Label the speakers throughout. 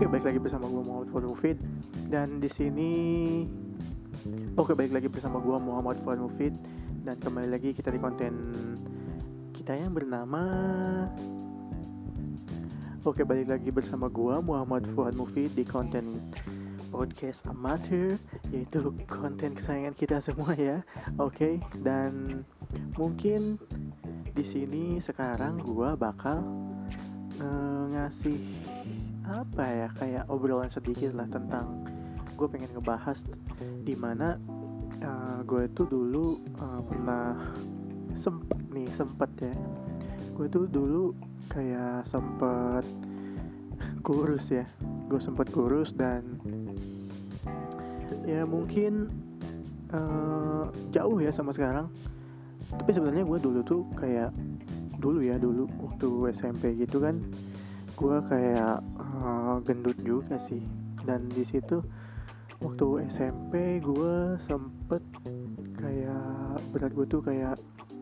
Speaker 1: Oke, balik lagi bersama gue Muhammad Fuad Mufid. Dan di sini balik lagi bersama gue Muhammad Fuad Mufid. Dan kembali lagi kita di konten kita yang bernama balik lagi bersama gue Muhammad Fuad Mufid di konten podcast amatir, yaitu konten kesayangan kita semua ya. Dan mungkin di sini sekarang gue bakal ngasih apa ya, kayak obrolan sedikit lah tentang gue pengen ngebahas dimana gue tuh dulu pernah sempet ya, gue tuh dulu kayak sempet kurus ya, gue sempet kurus dan ya mungkin jauh ya sama sekarang. Tapi sebenarnya gue dulu tuh kayak dulu waktu SMP gitu kan, gue kayak gendut juga sih. Dan di situ waktu SMP gue sempet kayak berat gue tuh kayak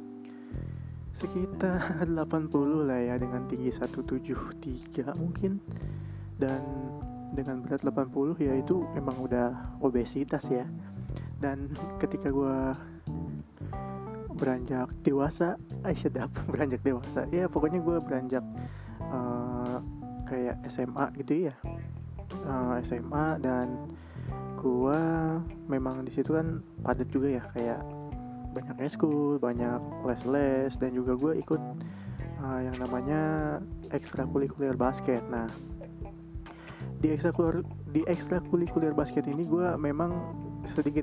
Speaker 1: sekitar 80 lah ya, dengan tinggi 173 mungkin. Dan dengan berat 80 ya itu emang udah obesitas ya. Dan ketika gue beranjak dewasa, beranjak dewasa ya, pokoknya gue beranjak kayak SMA gitu ya, SMA. Dan gue memang di situ kan padat juga ya, kayak banyak eskul, banyak les dan juga gue ikut yang namanya ekstrakurikuler basket. Nah, di ekstrakurikuler basket ini gue memang sedikit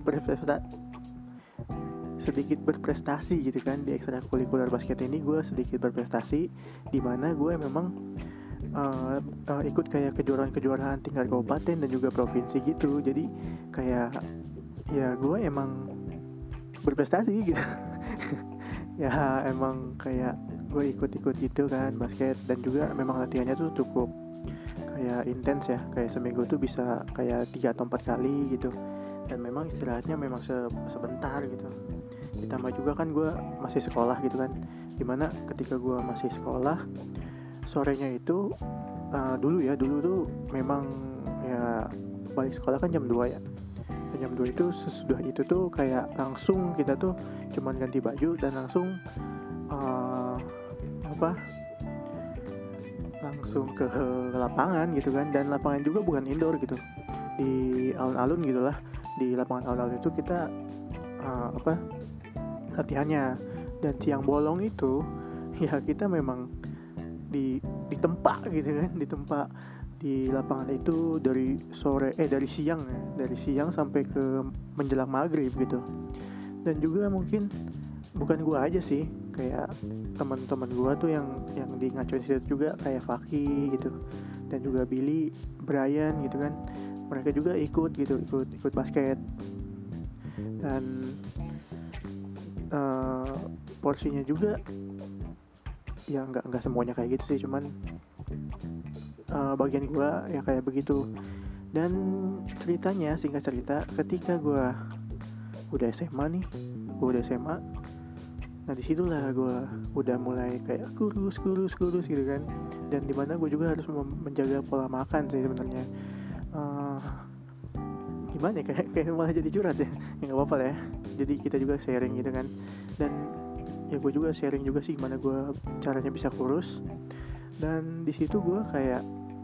Speaker 1: berprestasi gitu kan. Di ekstrakurikuler basket ini gue sedikit berprestasi, di mana gue memang ikut kayak kejuaraan tingkat kabupaten dan juga provinsi gitu. Jadi kayak ya gue emang berprestasi gitu. Ya emang kayak gue ikut gitu kan basket, dan juga memang latihannya tuh cukup kayak intens ya, kayak seminggu tuh bisa kayak 3 atau 4 kali gitu. Dan memang istirahatnya memang sebentar gitu. Ditambah juga kan gue masih sekolah gitu kan, dimana ketika gue masih sekolah sorenya itu dulu tuh memang ya balik sekolah kan jam 2 ya. Jam 2 itu sesudah itu tuh kayak langsung kita tuh cuman ganti baju dan langsung langsung ke lapangan gitu kan. Dan lapangan juga bukan indoor gitu, di alun-alun gitulah. Di lapangan alun-alun itu kita latihannya. Dan siang bolong itu ya kita memang ditempa gitu kan, ditempa di lapangan itu dari siang sampai ke menjelang maghrib gitu. Dan juga mungkin bukan gua aja sih, kayak teman-teman gua tuh yang di ngacoin situ juga, kayak Faki gitu, dan juga Billy, Brian gitu kan, mereka juga ikut basket. Dan porsinya juga ya nggak semuanya kayak gitu sih, cuman bagian gue ya kayak begitu. Dan singkat cerita, ketika gue udah SMA, nah disitulah gue udah mulai kayak kurus gitu kan. Dan dimana gue juga harus menjaga pola makan sih sebenarnya. Gimana ya, kayak malah jadi curhat ya nggak apa-apa lah ya, jadi kita juga sharing gitu kan. Dan ya gue juga sharing juga sih gimana gue caranya bisa kurus. Dan di situ gue kayak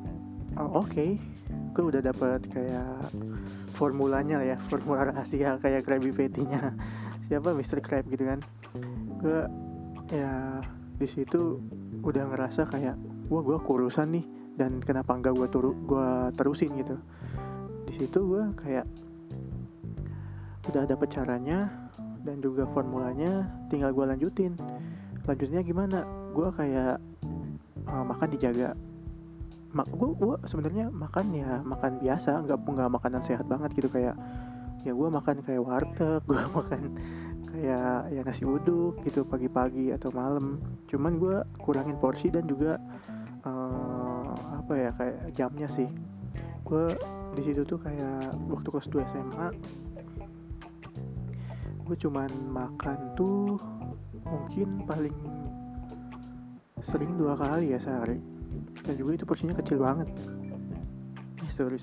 Speaker 1: gue udah dapet kayak formulanya lah ya, formula rahasia kayak Krabby Patty-nya siapa, Mr. Krab gitu kan. Gue ya di situ udah ngerasa kayak gue kurusan nih, dan kenapa enggak gue terusin gitu. Di situ gue kayak udah dapet caranya dan juga formulanya, tinggal gue lanjutnya gimana. Gue kayak makan dijaga. Gue sebenarnya makan biasa, nggak makanan sehat banget gitu. Kayak ya gue makan kayak warteg, gue makan kayak ya nasi uduk gitu pagi-pagi atau malam. Cuman gue kurangin porsi dan juga kayak jamnya sih. Gue di situ tuh kayak waktu kelas 2 SMA gue cuman makan tuh mungkin paling sering 2 kali ya sehari. Dan juga itu porsinya kecil banget, sorry.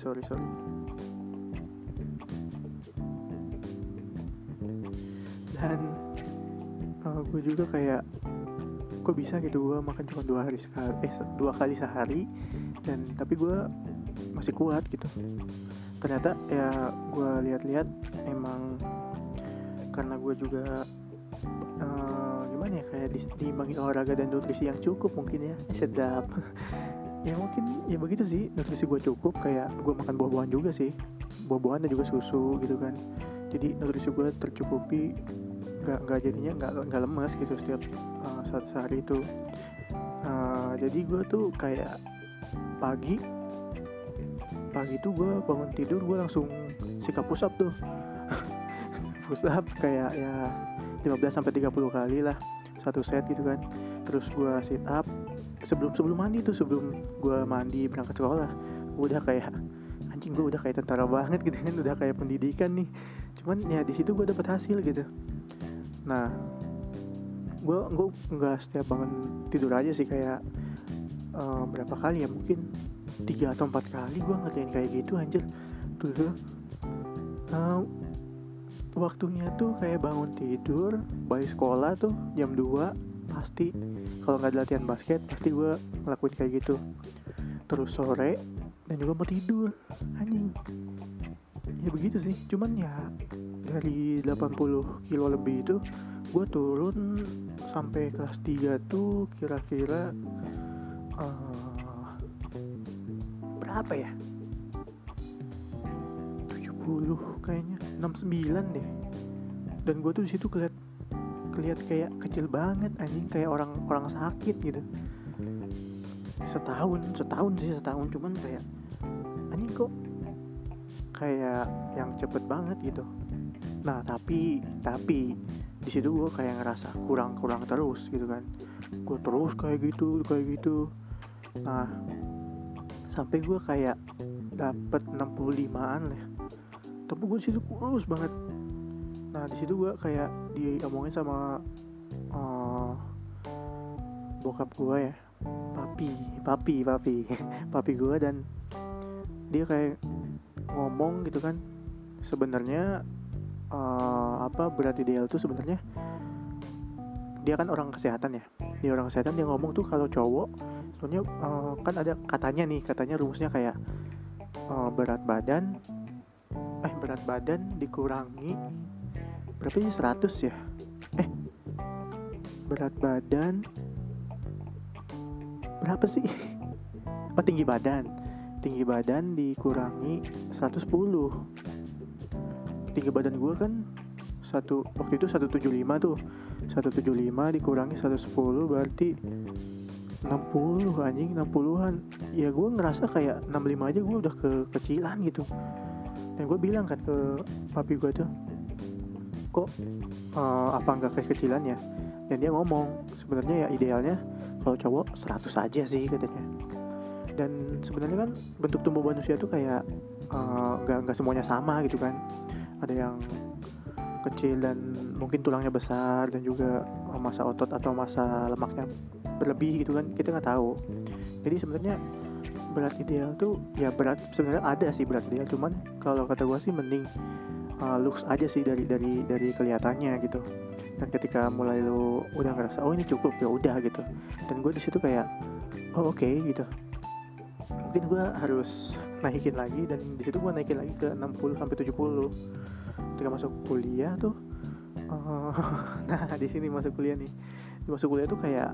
Speaker 1: Dan gue juga kayak kok bisa gitu gue makan cuma 2 kali sehari, dan tapi gue masih kuat gitu. Ternyata ya gue lihat-lihat emang karena gue juga gimana ya, kayak diimbangi olahraga dan nutrisi yang cukup mungkin ya. Sedap. Ya mungkin ya begitu sih, nutrisi gue cukup, kayak gue makan buah-buahan juga sih, buah-buahan dan juga susu gitu kan. Jadi nutrisi gue tercukupi, nggak jadinya nggak lemas gitu setiap sehari itu. Jadi gue tuh kayak pagi tuh gue bangun tidur gue langsung sikap push up tuh. Push up kayak ya 15-30 kali lah satu set gitu kan. Terus gue sit up sebelum gue mandi berangkat sekolah. Gue udah kayak anjing, gue udah kayak tentara banget gitu kan, udah kayak pendidikan nih. Cuman ya di situ gue dapet hasil gitu. Nah, gue nggak setiap bangun tidur aja sih, kayak berapa kali ya, mungkin 3 atau 4 kali gue ngerjain kayak gitu anjir. Dulu waktunya tuh kayak bangun tidur, balik sekolah tuh jam 2 pasti, kalau nggak ada latihan basket pasti gue ngelakuin kayak gitu. Terus sore dan juga mau tidur, anjing. Ya begitu sih. Cuman ya dari 80 kilo lebih itu gue turun sampai kelas 3 tuh kira-kira berapa ya, 70 kayaknya, 69 deh. Dan gue tuh di situ keliat kayak kecil banget anjing, kayak orang sakit gitu. Setahun cuman kayak anjing kok kayak yang cepet banget gitu. Nah tapi di situ gue kayak ngerasa kurang terus gitu kan. Gue terus kayak gitu. Nah sampai gue kayak dapet 65-an lah. Tapi gue di situ kurus banget. Nah di situ gue kayak diomongin sama bokap gue ya, papi gue, dan dia kayak ngomong gitu kan, sebenarnya berat ideal tuh sebenarnya, dia kan orang kesehatan ya, dia ngomong tuh kalau cowok sebenarnya kan ada katanya rumusnya kayak berat badan dikurangi berapa sih, 100 ya, berat badan berapa sih tinggi badan dikurangi 110. Tinggi badan gue kan waktu itu 175 tuh, 175 dikurangi 110 berarti 60 anjing, 60-an. Ya gue ngerasa kayak 65 aja gue udah kekecilan gitu. Dan gue bilang kan ke papi gue tuh, kok apa nggak kekecilan ya? Dan dia ngomong sebenarnya ya idealnya kalau cowok 100 aja sih katanya. Dan sebenarnya kan bentuk tubuh manusia tuh kayak nggak semuanya sama gitu kan. Ada yang kecil dan mungkin tulangnya besar, dan juga massa otot atau massa lemaknya berlebih gitu kan, kita nggak tahu. Jadi sebenarnya berat ideal tuh ya berat sebenarnya ada sih berat ideal, cuman kalau kata gue sih mending looks aja sih dari kelihatannya gitu. Dan ketika mulai lu udah ngerasa oh ini cukup, ya udah gitu. Dan gue di situ kayak oh oke gitu, mungkin gue harus naikin lagi, dan di situ gue naikin lagi ke 60 sampai 70 ketika masuk kuliah tuh. Nah di sini masuk kuliah tuh kayak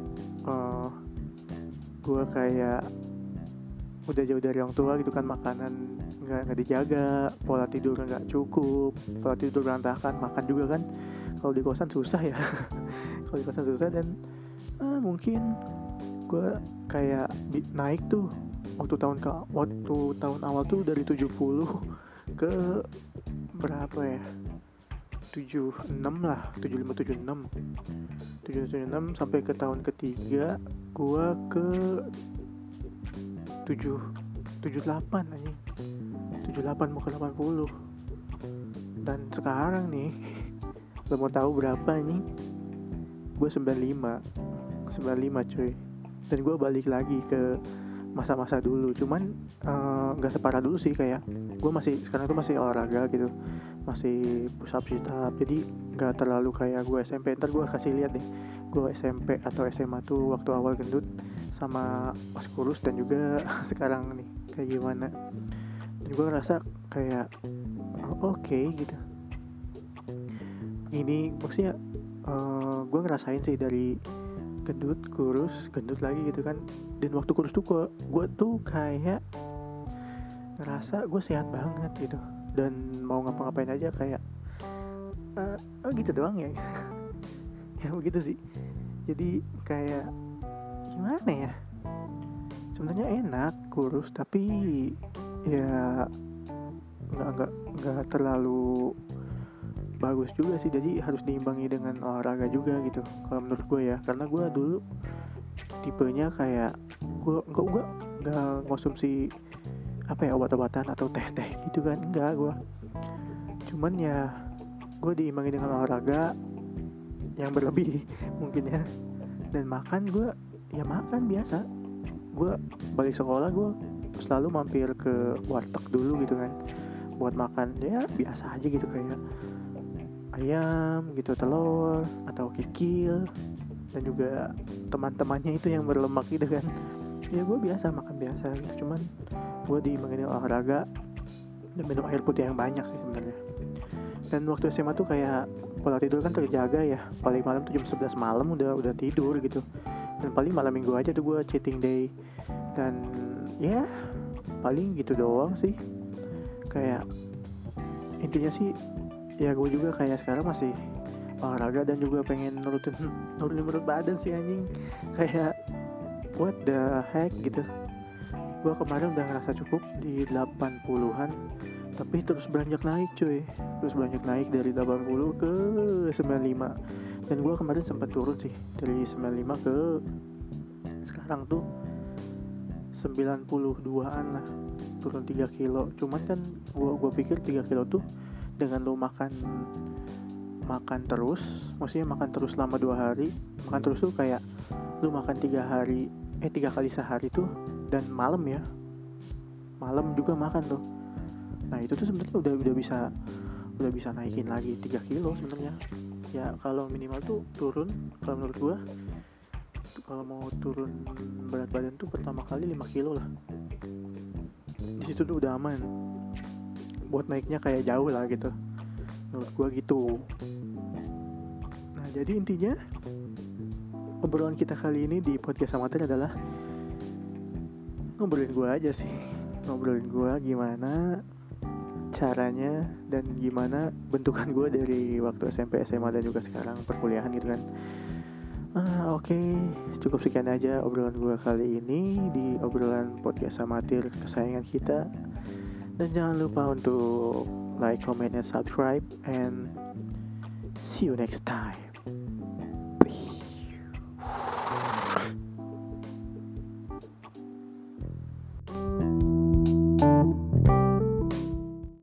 Speaker 1: gue kayak udah jauh dari orang tua gitu kan, makanan nggak dijaga, pola tidur nggak cukup, pola tidur berantakan, makan juga kan kalau di kosan susah ya. Kalau di kosan susah, dan mungkin gue kayak naik tuh waktu tahun awal tuh dari 70 ke berapa ya, 76 lah, 75 76 sampai ke tahun ketiga gue ke 78 aja, 78 mau ke 80. Dan sekarang nih lo mau tahu berapa nih? Gue 95 cuy. Dan gue balik lagi ke masa-masa dulu, cuman nggak separah dulu sih. Kayak gue masih sekarang tuh masih olahraga gitu, masih push up sit up, jadi nggak terlalu kayak gue SMP. Ntar gue kasih lihat deh gue SMP atau SMA tuh waktu awal gendut sama pas kurus, dan juga sekarang nih kayak gimana. Dan gue ngerasa kayak oke gitu. Ini maksudnya gue ngerasain sih dari gendut, kurus, gendut lagi gitu kan. Dan waktu kurus tuh gue tuh kayak ngerasa gue sehat banget gitu, dan mau ngapa-ngapain aja kayak oh gitu doang ya. Ya begitu sih. Jadi kayak gimana ya, sebenarnya enak kurus, tapi ya nggak terlalu bagus juga sih. Jadi harus diimbangi dengan olahraga juga gitu kalau menurut gue ya. Karena gue dulu tipenya kayak gue nggak konsumsi obat-obatan atau teh gitu kan, enggak. Gue cuman ya gue diimbangi dengan olahraga yang berlebih mungkin ya. Dan makan gue ya makan biasa. Gue balik sekolah gue selalu mampir ke warteg dulu gitu kan, buat makan ya biasa aja gitu, kayak ayam gitu, telur atau kikil, dan juga teman-temannya itu yang berlemak gitu kan. Ya gue biasa makan biasa gitu, cuman gue diimbangi olahraga dan minum air putih yang banyak sih sebenarnya. Dan waktu SMA tuh kayak pola tidur kan terjaga ya, paling malam tuh jam 11 malam udah tidur gitu. Dan paling malam minggu aja tuh gue cheating day. Dan ya paling gitu doang sih. Kayak intinya sih ya gue juga kayak sekarang masih olahraga dan juga pengen nurunin berat badan sih anjing. Kayak what the heck gitu. Gue kemarin udah ngerasa cukup di 80-an, tapi terus beranjak naik cuy. Terus beranjak naik dari 80 ke 95. Dan gue kemarin sempat turun sih dari 95 ke sekarang tuh 92an lah, turun 3 kilo. Cuman kan gue pikir 3 kilo tuh dengan lo makan terus, maksudnya makan terus selama 2 hari. Makan terus tuh kayak lo makan 3 kali sehari tuh, dan malam juga makan tuh. Nah itu tuh sebenarnya udah bisa naikin lagi 3 kilo sebenarnya. Ya kalau minimal tuh turun, kalau menurut gua kalau mau turun berat badan tuh pertama kali 5 kilo lah. Di situ tuh udah aman. Buat naiknya kayak jauh lah gitu. Menurut gua gitu. Nah, jadi intinya obrolan kita kali ini di podcast amatir adalah ngobrolin gua aja sih. Ngobrolin gua gimana caranya dan gimana bentukan gue dari waktu SMP, SMA, dan juga sekarang perkuliahan gitu kan. Oke, cukup sekian aja obrolan gue kali ini di obrolan podcast amatir kesayangan kita. Dan jangan lupa untuk like, comment, and subscribe, and see you next time.